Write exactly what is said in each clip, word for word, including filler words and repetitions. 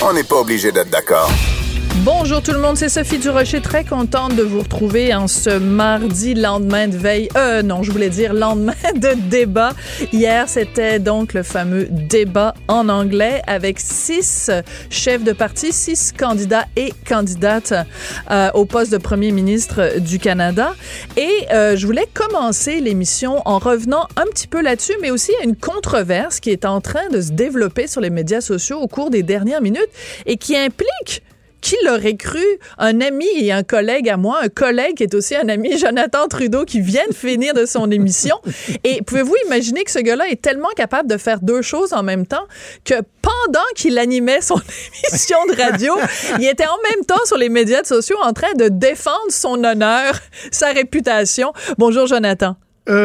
On n'est pas obligé d'être d'accord. Bonjour tout le monde, c'est Sophie Durocher, très contente de vous retrouver en ce mardi, lendemain de veille, euh non, je voulais dire lendemain de débat. Hier, c'était donc le fameux débat en anglais avec six chefs de parti, six candidats et candidates euh, au poste de premier ministre du Canada. Et euh, je voulais commencer l'émission en revenant un petit peu là-dessus, mais aussi à une controverse qui est en train de se développer sur les médias sociaux au cours des dernières minutes et qui implique, qui l'aurait cru, un ami et un collègue à moi, un collègue qui est aussi un ami, Jonathan Trudeau, qui vient de finir de son émission. Et pouvez-vous imaginer que ce gars-là est tellement capable de faire deux choses en même temps que pendant qu'il animait son émission de radio, il était en même temps sur les médias sociaux en train de défendre son honneur, sa réputation. Bonjour, Jonathan.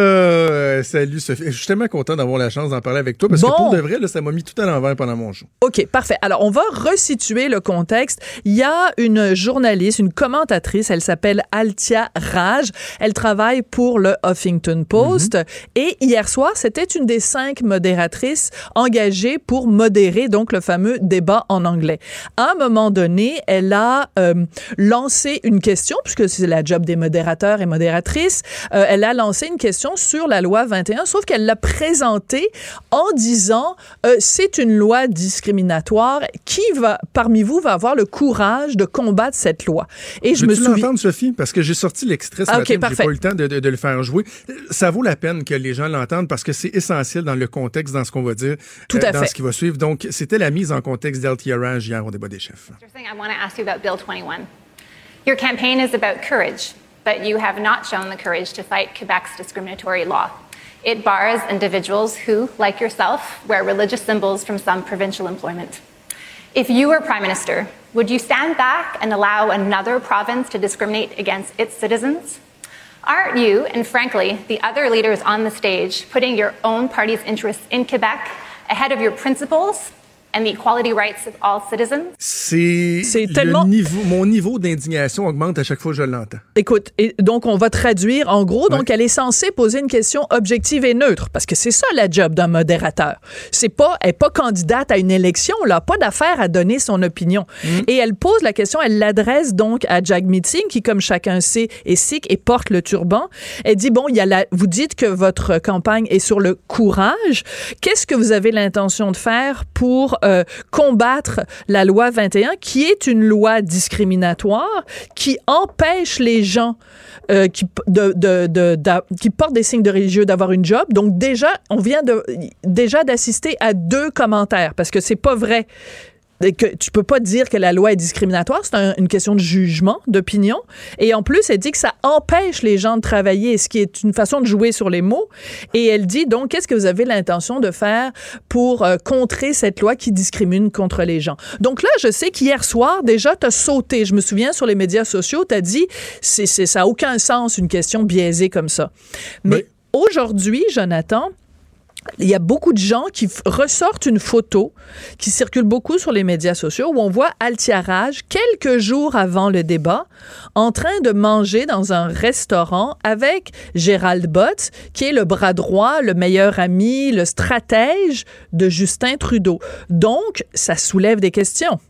Euh, salut Sophie. Je suis tellement content d'avoir la chance d'en parler avec toi parce bon. que pour de vrai, là, ça m'a mis tout à l'envers pendant mon show. OK, parfait. Alors, on va resituer le contexte. Il y a une journaliste, une commentatrice, elle s'appelle Altia Raj. Elle travaille pour le Huffington Post. Mm-hmm. Et hier soir, c'était une des cinq modératrices engagées pour modérer donc le fameux débat en anglais. À un moment donné, elle a euh, lancé une question, puisque c'est la job des modérateurs et modératrices. Euh, elle a lancé une question sur la loi vingt et un, sauf qu'elle l'a présentée en disant euh, c'est une loi discriminatoire. Qui va, parmi vous, va avoir le courage de combattre cette loi? Et je me souviens. Veux-tu l'entendre, Sophie? Parce que j'ai sorti l'extrait ce ah, matin, okay, j'ai pas eu le temps de, de, de le faire jouer. Ça vaut la peine que les gens l'entendent parce que c'est essentiel dans le contexte, dans ce qu'on va dire, Tout euh, à dans fait. ce qui va suivre. Donc, c'était la mise en contexte d'Altia Raj hier au débat des chefs. I want to ask you about Bill twenty-one. Your campaign is about courage. But you have not shown the courage to fight Quebec's discriminatory law. It bars individuals who, like yourself, wear religious symbols from some provincial employment. If you were Prime Minister, would you stand back and allow another province to discriminate against its citizens? Aren't you, and frankly, the other leaders on the stage, putting your own party's interests in Quebec ahead of your principles and the equality rights of all citizens? C'est, c'est le tellement... niveau, mon niveau d'indignation augmente à chaque fois que je l'entends. Écoute, et donc on va traduire en gros, donc ouais. Elle est censée poser une question objective et neutre, parce que c'est ça la job d'un modérateur. C'est pas, elle est pas candidate à une élection, elle a pas d'affaire à donner son opinion. Mm. Et elle pose la question, elle l'adresse donc à Jagmeet Singh, qui comme chacun sait est sikh et porte le turban. Elle dit, bon, il y a la, vous dites que votre campagne est sur le courage. Qu'est-ce que vous avez l'intention de faire pour Euh, combattre la loi vingt et un, qui est une loi discriminatoire, qui empêche les gens euh, qui, de, de, de, de, qui portent des signes de religieux d'avoir une job. Donc déjà, on vient de, déjà d'assister à deux commentaires, parce que c'est pas vrai que tu peux pas dire que la loi est discriminatoire, c'est un, une question de jugement, d'opinion. Et en plus, elle dit que ça empêche les gens de travailler, ce qui est une façon de jouer sur les mots. Et elle dit donc, qu'est-ce que vous avez l'intention de faire pour euh, contrer cette loi qui discrimine contre les gens? Donc là, je sais qu'hier soir, déjà, t'as sauté. Je me souviens, sur les médias sociaux, t'as dit, c'est, c'est, ça n'a aucun sens, une question biaisée comme ça. Mais oui. Aujourd'hui, Jonathan, il y a beaucoup de gens qui f- ressortent une photo qui circule beaucoup sur les médias sociaux où on voit Altia Raj, quelques jours avant le débat, en train de manger dans un restaurant avec Gérald Botts, qui est le bras droit, le meilleur ami, le stratège de Justin Trudeau. Donc, ça soulève des questions.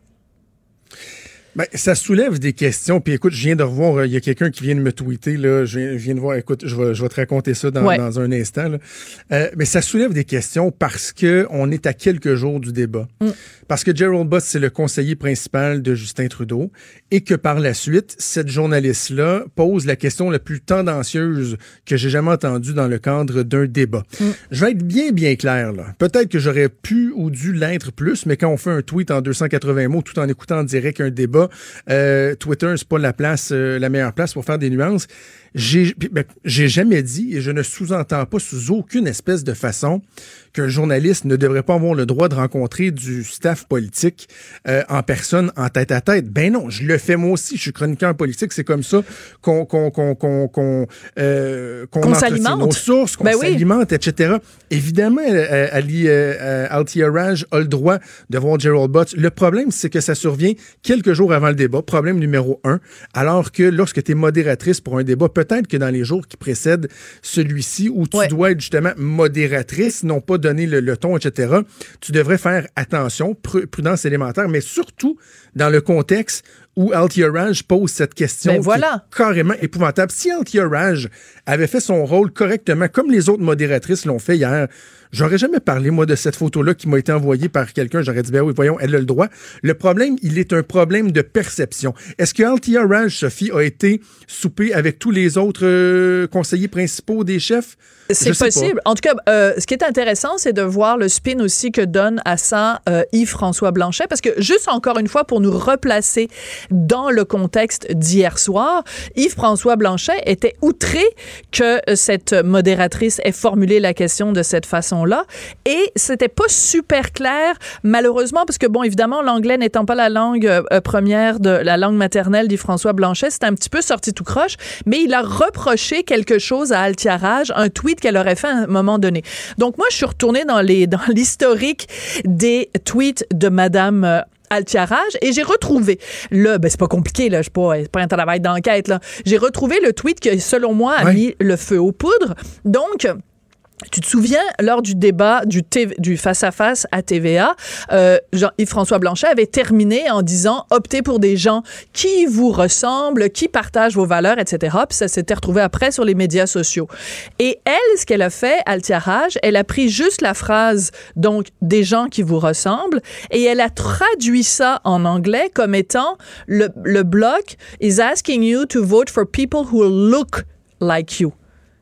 Ben, ça soulève des questions. Puis écoute, je viens de revoir, il y a quelqu'un qui vient de me tweeter, là. Je viens, je viens de voir, écoute, je vais, je vais te raconter ça dans, ouais. dans un instant, là. Euh, mais ça soulève des questions parce que on est à quelques jours du débat. Mm. Parce que Gerald Butts, c'est le conseiller principal de Justin Trudeau et que par la suite, cette journaliste-là pose la question la plus tendancieuse que j'ai jamais entendue dans le cadre d'un débat. Mm. Je vais être bien, bien clair, là. Peut-être que j'aurais pu ou dû l'être plus, mais quand on fait un tweet en deux cent quatre-vingts mots tout en écoutant en direct un débat, Euh, Twitter, c'est pas la place, euh, la meilleure place pour faire des nuances. J'ai, ben, j'ai jamais dit, et je ne sous-entends pas sous aucune espèce de façon, qu'un journaliste ne devrait pas avoir le droit de rencontrer du staff politique euh, en personne, en tête à tête. Ben non, je le fais moi aussi. Je suis chroniqueur politique. C'est comme ça qu'on qu'on qu'on qu'on qu'on, euh, qu'on, qu'on s'alimente nos sources, qu'on ben s'alimente, oui. et cetera. Évidemment, euh, Ali euh, Altia Raj a le droit de voir Gerald Butts. Le problème, c'est que ça survient quelques jours avant le débat. Problème numéro un. Alors que lorsque tu es modératrice pour un débat, peut-être que dans les jours qui précèdent celui-ci, où tu ouais. dois être justement modératrice, non pas donner le, le ton, et cetera, tu devrais faire attention, pr- prudence élémentaire, mais surtout dans le contexte où Althea Raj pose cette question ben voilà. qui est carrément épouvantable. Si Althea Raj avait fait son rôle correctement, comme les autres modératrices l'ont fait hier, j'aurais jamais parlé, moi, de cette photo-là qui m'a été envoyée par quelqu'un. J'aurais dit, ben oui, voyons, elle a le droit. Le problème, il est un problème de perception. Est-ce que Althea Raj, Sophie, a été soupée avec tous les autres euh, conseillers principaux des chefs? C'est possible. Pas. En tout cas, euh, ce qui est intéressant, c'est de voir le spin aussi que donne à ça euh, Yves-François Blanchet, parce que juste encore une fois, pour nous replacer dans le contexte d'hier soir, Yves-François Blanchet était outré que cette modératrice ait formulé la question de cette façon-là, et c'était pas super clair, malheureusement, parce que bon, évidemment, l'anglais n'étant pas la langue euh, première de la langue maternelle d'Yves-François Blanchet, c'est un petit peu sorti tout croche, mais il a reproché quelque chose à Althea Raj, un tweet qu'elle aurait fait à un moment donné. Donc moi, je suis retournée dans les dans l'historique des tweets de Madame euh, Althea Raj et j'ai retrouvé le, ben c'est pas compliqué là, je suis pas, c'est pas un travail d'enquête là. J'ai retrouvé le tweet qui, selon moi, a oui. mis le feu aux poudres. Donc tu te souviens, lors du débat du, T V, du face-à-face à T V A, euh, Jean-Yves-François Blanchet avait terminé en disant « Optez pour des gens qui vous ressemblent, qui partagent vos valeurs, et cetera » Puis ça s'était retrouvé après sur les médias sociaux. Et elle, ce qu'elle a fait, Althea Raj, elle a pris juste la phrase « Donc, des gens qui vous ressemblent » et elle a traduit ça en anglais comme étant le, « Le bloc is asking you to vote for people who look like you ».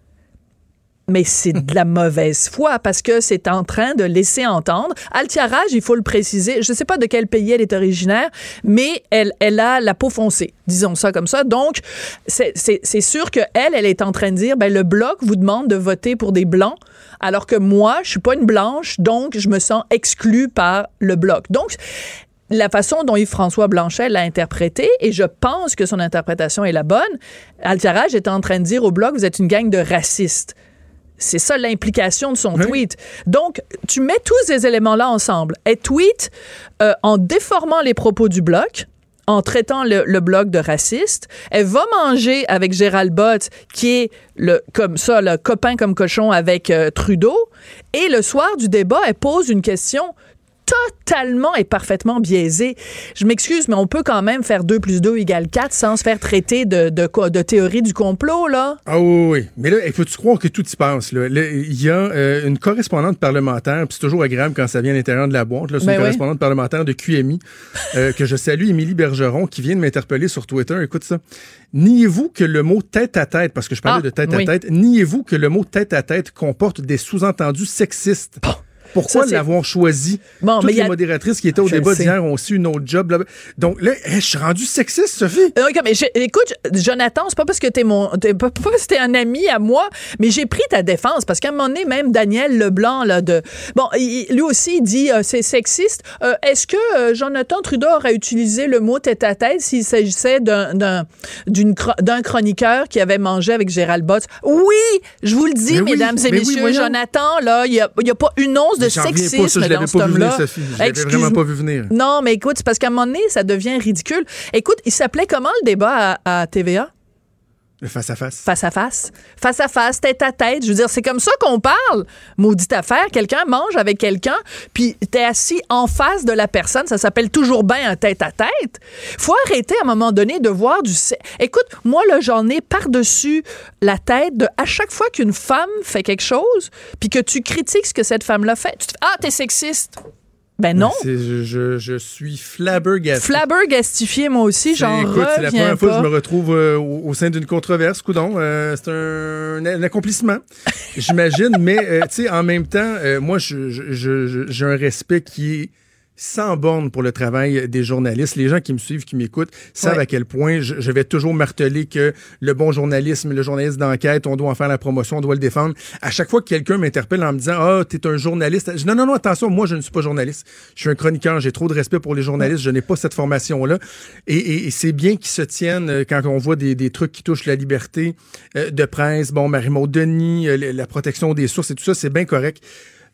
Mais c'est de la mauvaise foi parce que c'est en train de laisser entendre. Althea Raj, il faut le préciser, je ne sais pas de quel pays elle est originaire, mais elle, elle a la peau foncée, disons ça comme ça. Donc, c'est, c'est, c'est sûr qu'elle, elle est en train de dire, ben, le Bloc vous demande de voter pour des Blancs, alors que moi, je suis pas une Blanche, donc je me sens exclue par le Bloc. Donc, la façon dont Yves-François Blanchet l'a interprété, et je pense que son interprétation est la bonne, Althea Raj est en train de dire au Bloc, vous êtes une gang de racistes. C'est ça l'implication de son oui. tweet. Donc, tu mets tous ces éléments-là ensemble. Elle tweet euh, en déformant les propos du Bloc, en traitant le, le Bloc de raciste. Elle va manger avec Gérald Bott, qui est le, comme ça, le copain comme cochon avec euh, Trudeau. Et le soir du débat, elle pose une question totalement et parfaitement biaisé. Je m'excuse, mais on peut quand même faire deux plus deux égale quatre sans se faire traiter de, de, de, de théorie du complot, là. Ah oui, oui. Mais là, il faut-tu croire que tout y passe, là? Il y a euh, une correspondante parlementaire, puis c'est toujours agréable quand ça vient à l'intérieur de la boîte, là. C'est ben une oui. correspondante parlementaire de Q M I, euh, que je salue, Émilie Bergeron, qui vient de m'interpeller sur Twitter. Écoute ça. Niez-vous que le mot tête-à-tête, parce que je parlais ah, de tête-à-tête, oui. niez-vous que le mot tête-à-tête comporte des sous-entendus sexistes? Oh. Pourquoi ça, l'avoir choisi? Bon, Toutes mais les a... modératrices qui étaient au je débat d'hier ont su une autre job. Là. Donc là, je suis rendu sexiste, Sophie. Euh, okay, mais je, écoute, Jonathan, c'est pas parce que t'es mon, t'es pas, pas parce que t'es un ami à moi, mais j'ai pris ta défense parce qu'à un moment donné, même Daniel Leblanc, là, de, bon, il, lui aussi, il dit euh, c'est sexiste. Euh, est-ce que euh, Jonathan Trudeau aurait utilisé le mot tête-à-tête s'il s'agissait d'un, d'un, d'une, d'un chroniqueur qui avait mangé avec Gérald Bott? Oui, je vous le dis, mais mesdames oui, et messieurs, oui, Jonathan, là, il y a, y a pas une once de sexisme pas, ça, je dans cet homme-là. Venir, Sophie. Je l'avais vraiment pas vu venir. Non, mais écoute, c'est parce qu'à un moment donné, ça devient ridicule. Écoute, il s'appelait comment le débat à, à T V A? Le face-à-face. Face-à-face. Face-à-face, tête-à-tête. Je veux dire, c'est comme ça qu'on parle. Maudite affaire. Quelqu'un mange avec quelqu'un, puis t'es assis en face de la personne. Ça s'appelle toujours bien un tête-à-tête. Faut arrêter à un moment donné de voir du... Écoute, moi, là, j'en ai par-dessus la tête de... À chaque fois qu'une femme fait quelque chose, puis que tu critiques ce que cette femme-là fait, tu te fais « Ah, t'es sexiste! » Ben non. C'est, je, je, je suis flabbergastifié. Flabbergastifié, moi aussi, c'est, j'en écoute, reviens c'est la première pas. fois que je me retrouve euh, au, au sein d'une controverse, coudonc. Euh, c'est un, un, un accomplissement, j'imagine. Mais, euh, tu sais, en même temps, euh, moi, je, je, je, j'ai un respect qui est sans borne pour le travail des journalistes. Les gens qui me suivent, qui m'écoutent, savent ouais. à quel point je, je vais toujours marteler que le bon journalisme, le journaliste d'enquête, on doit en faire la promotion, on doit le défendre. À chaque fois que quelqu'un m'interpelle en me disant « Ah, t'es un journaliste », je dis « Non, non, non, attention, moi, je ne suis pas journaliste. Je suis un chroniqueur, j'ai trop de respect pour les journalistes, je n'ai pas cette formation-là. » Et, et, et c'est bien qu'ils se tiennent quand on voit des, des trucs qui touchent la liberté euh, de presse, bon, Marie-Maud Denis, euh, la protection des sources et tout ça, c'est bien correct.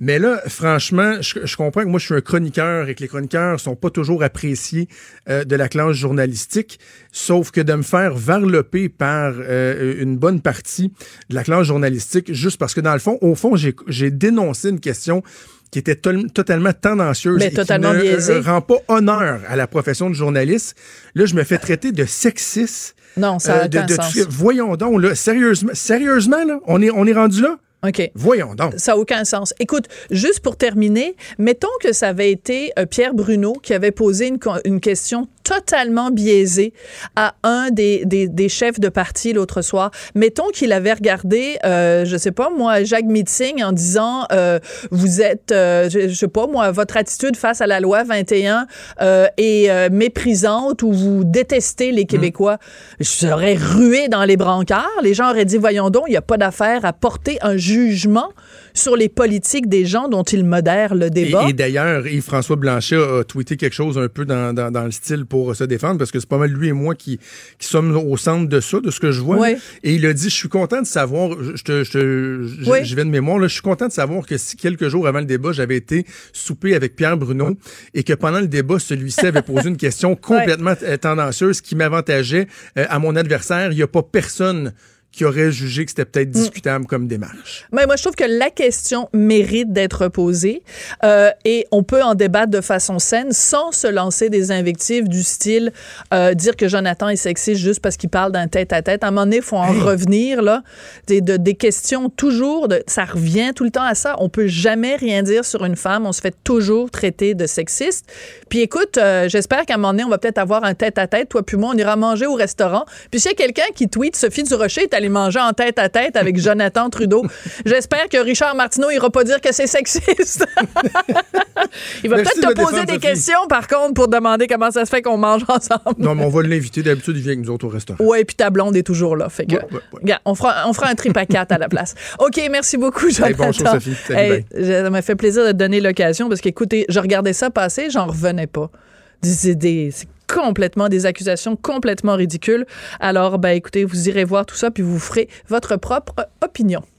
Mais là, franchement, je, je comprends que moi, je suis un chroniqueur et que les chroniqueurs sont pas toujours appréciés euh, de la classe journalistique, sauf que de me faire varloper par euh, une bonne partie de la classe journalistique, juste parce que, dans le fond, au fond, j'ai, j'ai dénoncé une question qui était to- totalement tendancieuse mais et totalement qui ne biaisée. euh, rend pas honneur à la profession de journaliste. Là, je me fais traiter de sexiste. Non, ça a euh, de, aucun de, sens. de, voyons donc, là, sérieusement, sérieusement, là, on est, on est rendu là? OK. Voyons donc. Ça n'a aucun sens. Écoute, juste pour terminer, mettons que ça avait été euh, Pierre Bruno qui avait posé une, une question totalement biaisée à un des, des, des chefs de parti l'autre soir. Mettons qu'il avait regardé, euh, je sais pas moi, Jacques Meeting en disant euh, vous êtes, euh, je, je sais pas moi, votre attitude face à la loi vingt et un euh, est euh, méprisante ou vous détestez les Québécois. Mmh. Je serais rué dans les brancards. Les gens auraient dit, voyons donc, il n'y a pas d'affaire à porter un jugement sur les politiques des gens dont ils modèrent le débat. Et, et d'ailleurs, Yves-François Blanchet a tweeté quelque chose un peu dans, dans, dans le style pour se défendre, parce que c'est pas mal lui et moi qui, qui sommes au centre de ça, de ce que je vois. Oui. Et il a dit, je suis content de savoir, je, te, je, te, je, oui. je vais de mémoire, là, je suis content de savoir que si quelques jours avant le débat, j'avais été souper avec Pierre Bruno oui. et que pendant le débat, celui-ci avait posé une question complètement oui. tendancieuse qui m'avantageait euh, à mon adversaire. Il n'y a pas personne qui aurait jugé que c'était peut-être discutable mmh. comme démarche. Mais moi, je trouve que la question mérite d'être posée euh, et on peut en débattre de façon saine sans se lancer des invectives du style euh, dire que Jonathan est sexiste juste parce qu'il parle d'un tête-à-tête. À un moment donné, il faut en hey. revenir, là. Des, de, des questions toujours, de, ça revient tout le temps à ça. On peut jamais rien dire sur une femme. On se fait toujours traiter de sexiste. Puis écoute, euh, j'espère qu'à un moment donné, on va peut-être avoir un tête-à-tête. Toi puis moi, on ira manger au restaurant. Puis s'il y a quelqu'un qui tweet Sophie Durocher est allée manger en tête à tête avec Jonathan Trudeau. J'espère que Richard Martineau ira pas dire que c'est sexiste. Il va Merci peut-être te poser des Sophie. questions, par contre, pour demander comment ça se fait qu'on mange ensemble. Non, mais on va l'inviter. D'habitude, il vient avec nous autres au restaurant. Oui, et puis ta blonde est toujours là. Fait que, ouais, ouais, ouais. Regarde, on fera, on fera un trip à quatre à la place. OK, merci beaucoup, Jonathan. Hey, bonjour, Sophie. Salut, hey, ça m'a fait plaisir de te donner l'occasion parce qu'écoutez, je regardais ça passer, j'en revenais pas. C'est des... C'est complètement des accusations complètement ridicules. Alors, ben écoutez, vous irez voir tout ça puis vous ferez votre propre opinion.